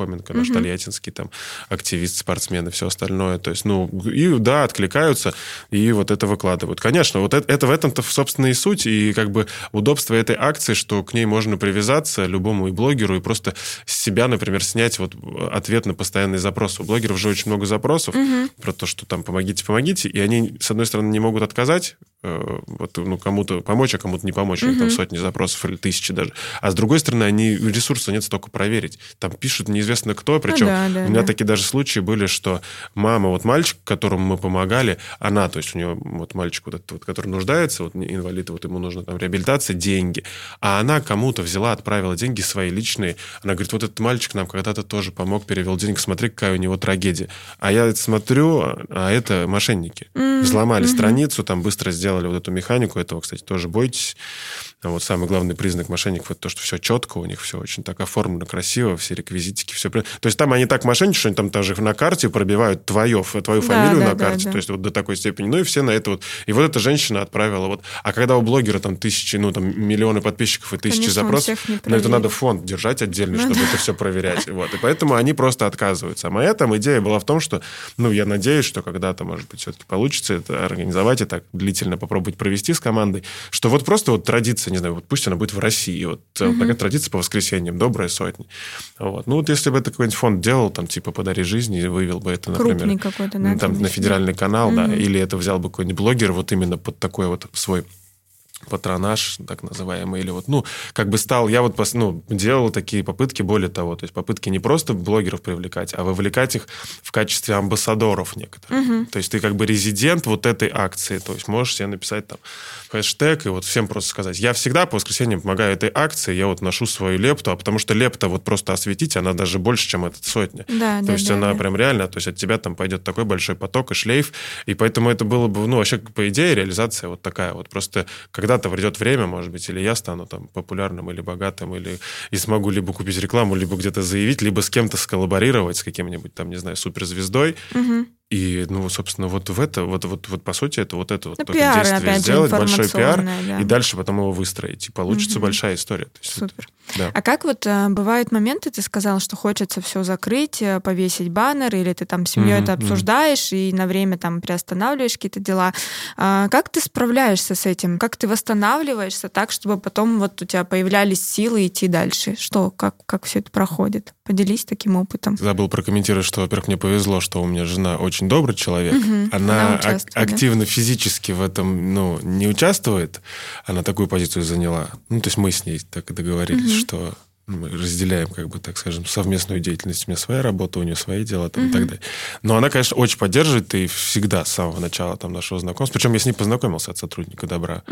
наш угу. тольяттинский там активист, спортсмен и все остальное. То есть, ну, и да, откликаются, и вот это выкладывают. Конечно, вот это, это в этом-то, собственно, и суть, и как бы удобство этой акции, что к ней можно привязаться любому и блогеру, и просто с себя, например, снять вот ответ на постоянный запрос. У блогеров же очень много запросов угу. про то, что там помогите, помогите, и они, с одной стороны, не могут отказать, э, вот, ну, кому-то помочь, а кому-то не помочь, у них угу. там сотни запросов или тысячи даже. А с другой стороны, они, ресурса нет столько проверить. Там пишут неизвестно кто, причем ну, да, да, у меня да. такие даже случаи были, что мама, вот мальчик, которому мы помогали, она, то есть у нее вот мальчик, вот этот вот, который нуждается, вот инвалид, вот ему нужна там реабилитация, деньги, а она кому-то взяла, отправила деньги свои личные. Она говорит, вот этот мальчик нам когда-то тоже помог, перевел деньги, смотри, какая у него трагедия. А я смотрю, а это мошенники. Mm-hmm. Взломали mm-hmm. страницу, там быстро сделали вот эту механику, этого, кстати, тоже бойтесь. Вот самый главный признак мошенников — это то, что все четко, у них все очень так оформлено, красиво, все реквизитики, все. То есть там они так мошенничают, что они там даже на карте пробивают твою, твою да, фамилию да, на да, карте, да. то есть вот до такой степени. Ну и все на это вот. И вот эта женщина отправила вот. А когда у блогера там тысячи, ну там миллионы подписчиков и тысячи Конечно, запросов, ну это надо фонд держать отдельный, ну, чтобы да. это все проверять. Вот. И поэтому они просто отказываются. А моя там идея была в том, что, ну я надеюсь, что когда-то, может быть, все-таки получится это организовать и так длительно попробовать провести с командой, что вот просто вот традиция, не знаю, вот пусть она будет в России. Вот uh-huh. такая традиция по воскресеньям, добрая сотня. Вот. Ну, вот если бы это какой-нибудь фонд делал, там, типа, «Подари жизнь», и вывел бы это, например... Крупный какой-то, да, там, на федеральный канал, uh-huh. да, или это взял бы какой-нибудь блогер вот именно под такой вот свой патронаж, так называемый, или вот, ну, как бы стал, я вот, ну, делал такие попытки, более того, то есть попытки не просто блогеров привлекать, а вовлекать их в качестве амбассадоров некоторых. Угу. То есть ты как бы резидент вот этой акции, то есть можешь себе написать там хэштег и вот всем просто сказать, я всегда по воскресеньям помогаю этой акции, я вот ношу свою лепту, а потому что лепта вот просто осветить, она даже больше, чем эта сотня. Да, то да, есть да, она да. прям реально, то есть от тебя там пойдет такой большой поток и шлейф, и поэтому это было бы, ну, вообще, по идее, реализация вот такая вот. Просто когда-то придет время, может быть, или я стану там популярным или богатым, или и смогу либо купить рекламу, либо где-то заявить, либо с кем-то сколлаборировать, с каким-нибудь там, не знаю, суперзвездой. Угу. И, ну, собственно, вот в это, вот, вот, вот по сути, это вот это вот только пиар, действие сделать, большой пиар, да. и дальше потом его выстроить. И получится угу. большая история. То есть, Супер. Вот, да. А как вот а, бывают моменты, ты сказал, что хочется все закрыть, повесить баннер, или ты там с семьей mm-hmm. это обсуждаешь mm-hmm. и на время там приостанавливаешь какие-то дела. А, как ты справляешься с этим? Как ты восстанавливаешься так, чтобы потом вот у тебя появлялись силы идти дальше? Что, как, как все это проходит? Поделись таким опытом. Забыл прокомментировать, что, во-первых, мне повезло, что у меня жена очень добрый человек. Угу, она она ак- активно да? физически в этом, ну, не участвует. Она такую позицию заняла. Ну, то есть мы с ней так и договорились, угу. что мы разделяем, как бы, так скажем, совместную деятельность. У меня своя работа, у нее свои дела там, угу. и так далее. Но она, конечно, очень поддерживает и всегда с самого начала там, нашего знакомства. Причем я с ней познакомился от сотрудника добра.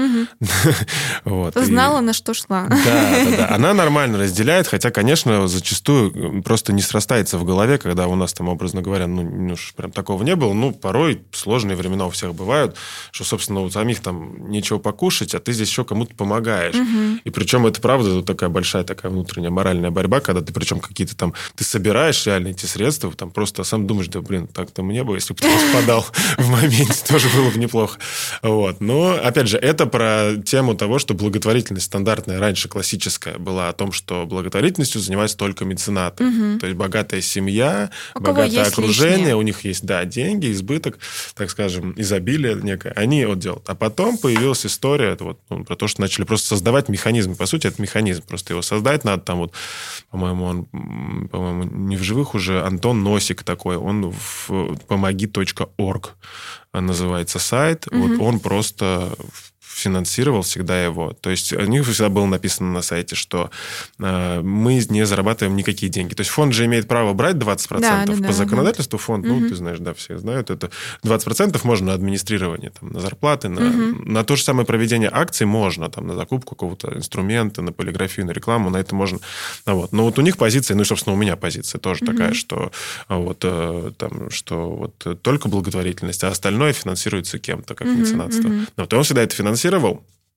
Угу. Знала, на что шла. Да, да, да. Она нормально разделяет, хотя, конечно, зачастую просто не срастается в голове, когда у нас там, образно говоря, ну, ну прям такого не было. Ну, порой сложные времена у всех бывают, что, собственно, у самих там нечего покушать, а ты здесь еще кому-то помогаешь. Угу. И причем это, правда, такая большая такая внутренняя моральная борьба, когда ты причем какие-то там... Ты собираешь реально эти средства, там просто сам думаешь, да, блин, так-то мне бы, если бы кто-то подал в моменте, тоже было бы неплохо. Вот. Но, опять же, это про тему того, что благотворительность стандартная, раньше классическая, была о том, что благотворительностью занимаются только меценаты. Угу. То есть богатая семья, у богатое окружение, лишнее. У них есть, да, деньги, избыток, так скажем, изобилие некое. Они вот делают. А потом появилась история это вот, ну, про то, что начали просто создавать механизм. По сути, это механизм. Просто его создать надо. Там вот, по-моему, он, по-моему, не в живых уже, Антон Носик такой, он в помоги точка орг называется сайт. Угу. Вот он просто финансировал всегда его. То есть у них всегда было написано на сайте, что э, мы не зарабатываем никакие деньги. То есть фонд же имеет право брать двадцать процентов. Да, да, по да, законодательству да. фонд, ну, угу. ты знаешь, да, все знают, это двадцать процентов можно на администрирование, там, на зарплаты, на, угу. на то же самое проведение акций можно, там, на закупку какого-то инструмента, на полиграфию, на рекламу, на это можно. Вот. Но вот у них позиция, ну и, собственно, у меня позиция тоже угу. такая, что, вот, э, там, что вот только благотворительность, а остальное финансируется кем-то, как угу, меценатство. Угу. Вот, и он всегда это финансировал.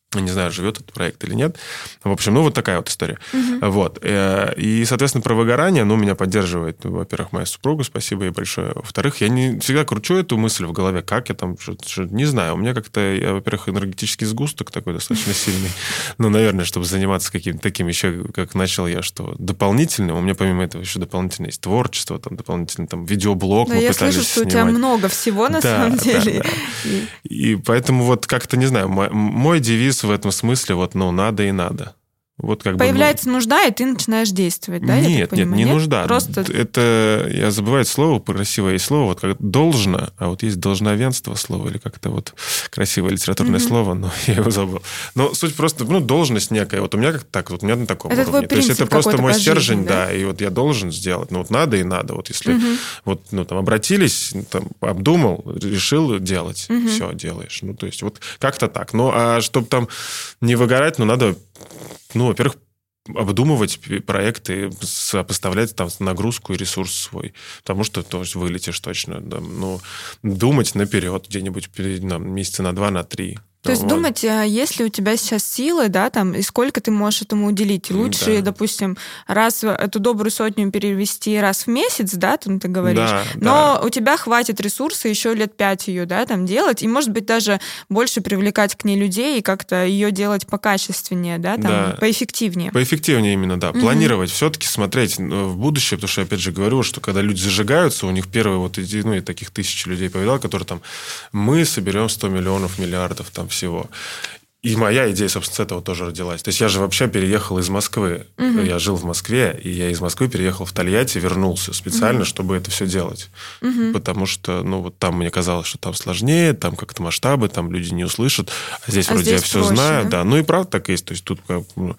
Не знаю, живет этот проект или нет. В общем, ну, вот такая вот история. Uh-huh. Вот. И, соответственно, про выгорание, ну, меня поддерживает, во-первых, моя супруга, спасибо ей большое. Во-вторых, я не всегда кручу эту мысль в голове, как я там, что, что, не знаю. У меня как-то, я, во-первых, энергетический сгусток такой достаточно сильный. Ну, наверное, чтобы заниматься каким-то таким еще, как начал я, что дополнительным. У меня помимо этого еще дополнительно есть творчество, там, дополнительно там видеоблог да, мы я пытались слышу, что снимать. у тебя много всего на да, самом деле. Да, да. И... и поэтому вот как-то, не знаю, мой, мой девиз в этом смысле, вот, ну, надо и надо. Вот как Появляется бы, ну... нужда, и ты начинаешь действовать, да? Нет, я так нет, не нет? нужда. Просто... Это, я забываю слово, красивое есть слово, вот как должно, а вот есть должновенство слово, или как-то вот красивое литературное mm-hmm. слово, но я его забыл. Но суть просто, ну, должность некая. Вот у меня как так, вот у меня на таком это уровне. То есть это просто мой стержень, жизни, да? да, и вот я должен сделать. Ну, вот надо и надо. Вот если mm-hmm. вот, ну, там, обратились, там, обдумал, решил делать, mm-hmm. все, делаешь. Ну, то есть вот как-то так. Ну, а чтобы там не выгорать, ну, надо, ну, во-первых, обдумывать проекты, сопоставлять там нагрузку и ресурс свой. Потому что то есть, вылетишь точно. Да, ну, думать наперед где-нибудь на месяца на два, на три. То есть вот. Думать, есть ли у тебя сейчас силы, да, там, и сколько ты можешь этому уделить. Лучше, да. допустим, раз эту добрую сотню перевести раз в месяц, да, там ты говоришь, да, но да. у тебя хватит ресурса еще лет пять ее, да, там делать, и, может быть, даже больше привлекать к ней людей и как-то ее делать покачественнее, да, там, да. поэффективнее. Поэффективнее именно, да. Угу. Планировать, все-таки смотреть в будущее, потому что я, опять же, говорю, что когда люди зажигаются, у них первые вот, ну, и таких тысяч людей повидал, которые там, мы соберем сто миллионов, миллиардов, там, всего. И моя идея, собственно, с этого тоже родилась. То есть я же вообще переехал из Москвы. Uh-huh. Я жил в Москве, и я из Москвы переехал в Тольятти, вернулся специально, uh-huh. чтобы это все делать. Uh-huh. Потому что, ну, вот там мне казалось, что там сложнее, там как-то масштабы, там люди не услышат. А здесь а вроде здесь я все проще, знаю. Да? Да. Ну и правда так и есть. То есть тут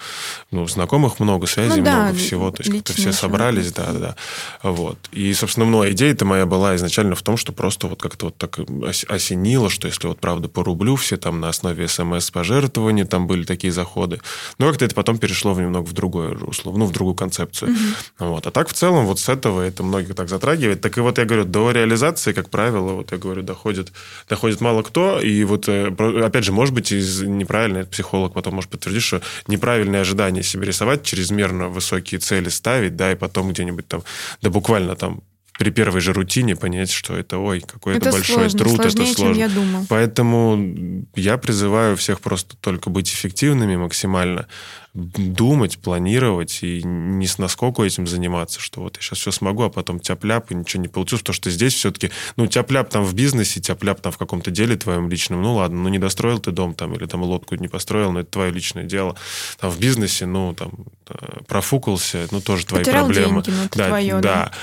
ну, знакомых много, связей ну, да, много всего. То есть как-то все собрались. Да, да. Вот. И, собственно, ну, идея-то моя была изначально в том, что просто вот как-то вот так осенило, что если вот правда по рублю все там на основе СМС пожертвования, жертвования, там были такие заходы. Но как-то это потом перешло немного в другое русло, ну, в другую концепцию. Uh-huh. Вот. А так, в целом, вот с этого это многих так затрагивает. Так и вот я говорю, до реализации, как правило, вот я говорю, доходит, доходит мало кто. И вот, опять же, может быть, из неправильный психолог потом может подтвердить, что неправильные ожидания себе рисовать, чрезмерно высокие цели ставить, да, и потом где-нибудь там, да буквально там при первой же рутине понять, что это, ой, какой это, это большой сложно, труд, сложнее, это сложно. Чем я думал. Поэтому я призываю всех просто только быть эффективными максимально, думать, планировать и не с наскоку этим заниматься, что вот я сейчас все смогу, а потом тяп-ляп, и ничего не получилось, потому что здесь все-таки, ну, тяп-ляп там в бизнесе, тяп-ляп там в каком-то деле твоем личном, ну, ладно, ну, не достроил ты дом там или там лодку не построил, но это твое личное дело. Там в бизнесе, ну, там профукался, ну, тоже твои Потерял проблемы. Деньги, ну, это да, твое, да. да.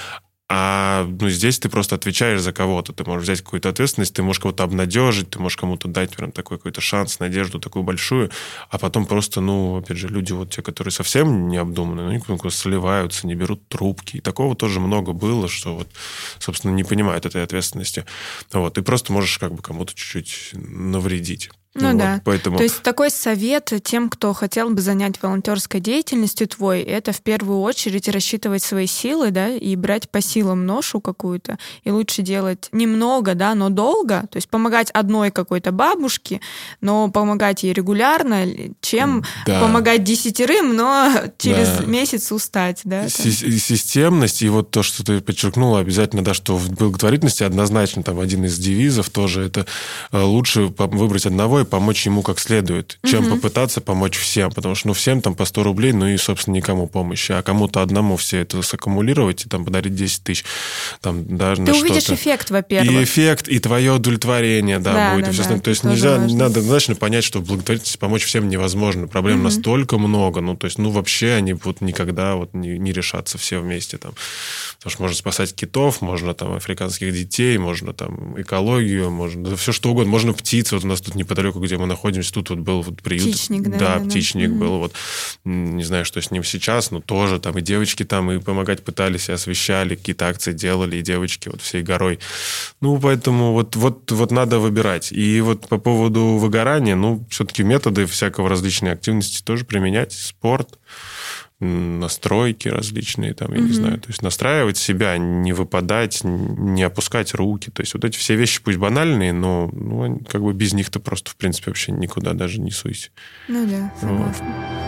А ну, здесь ты просто отвечаешь за кого-то. Ты можешь взять какую-то ответственность, ты можешь кого-то обнадежить, ты можешь кому-то дать прям такой какой-то шанс, надежду такую большую, а потом просто, ну, опять же, люди вот те, которые совсем не обдуманы, ну, они сливаются, не берут трубки. И такого тоже много было, что вот, собственно, не понимают этой ответственности. Вот. Ты просто можешь как бы кому-то чуть-чуть навредить. Ну вот, да. Поэтому... То есть такой совет тем, кто хотел бы занять волонтерской деятельностью твой, это в первую очередь рассчитывать свои силы, да, и брать по силам ношу какую-то, и лучше делать немного, да, но долго, то есть помогать одной какой-то бабушке, но помогать ей регулярно, чем да. помогать десятерым, но через да. месяц устать, да. Системность, и вот то, что ты подчеркнула обязательно, да, что в благотворительности однозначно там один из девизов тоже, это лучше выбрать одного и помочь ему как следует, чем угу. попытаться помочь всем. Потому что ну, всем там по сто рублей, ну и, собственно, никому помощи. А кому-то одному все это саккумулировать и там подарить десять тысяч. Там, да, Ты на увидишь что-то. Эффект, во-первых. И эффект, и твое удовлетворение, да, да будет. Да, и все да, то есть нельзя, надо однозначно понять, что в благотворительности помочь всем невозможно. Проблем угу. настолько много. Ну, то есть, ну, вообще они вот никогда вот не, не решатся все вместе там. Потому что можно спасать китов, можно там африканских детей, можно там экологию, можно да, все что угодно. Можно птиц. Вот у нас тут неподалеку, где мы находимся, тут вот был вот приют. Птичник, да. Да, да птичник да. был. Вот, не знаю, что с ним сейчас, но тоже там и девочки там и помогать пытались, и освещали, какие-то акции делали, и девочки вот всей горой. Ну, поэтому вот, вот, вот надо выбирать. И вот по поводу выгорания, ну, все-таки методы всякого различной активности тоже применять. Спорт, настройки различные, там, я mm-hmm. не знаю, то есть настраивать себя, не выпадать, не опускать руки. То есть вот эти все вещи, пусть банальные, но ну, как бы без них ты просто, в принципе, вообще никуда даже не суйся. Ну да, согласна.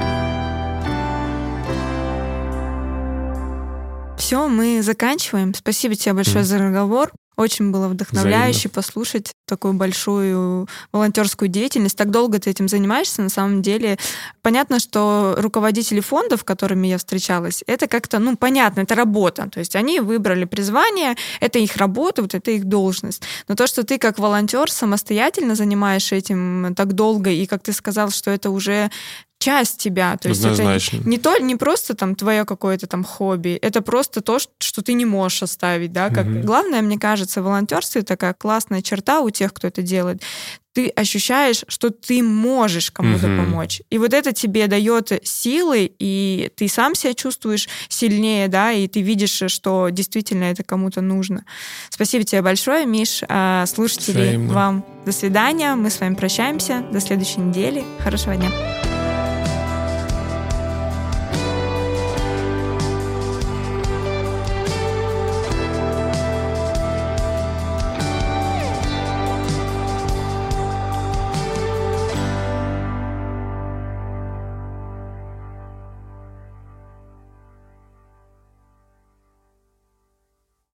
Вот. Все, мы заканчиваем. Спасибо тебе большое mm-hmm. за разговор. Очень было вдохновляюще Взаимно. Послушать такую большую волонтерскую деятельность. Так долго ты этим занимаешься, на самом деле. Понятно, что руководители фондов, с которыми я встречалась, это как-то, ну, понятно, это работа. То есть они выбрали призвание, это их работа, вот это их должность. Но то, что ты как волонтер самостоятельно занимаешься этим так долго, и как ты сказал, что это уже часть тебя. То есть Однозначно. Это не, то, не просто там твое какое-то там хобби, это просто то, что ты не можешь оставить. Да? Как, угу. Главное, мне кажется, в волонтерстве такая классная черта у тех, кто это делает. Ты ощущаешь, что ты можешь кому-то угу. помочь. И вот это тебе дает силы, и ты сам себя чувствуешь сильнее, да, и ты видишь, что действительно это кому-то нужно. Спасибо тебе большое, Миш. Слушатели, Взаимно. Вам до свидания. Мы с вами прощаемся. До следующей недели. Хорошего дня.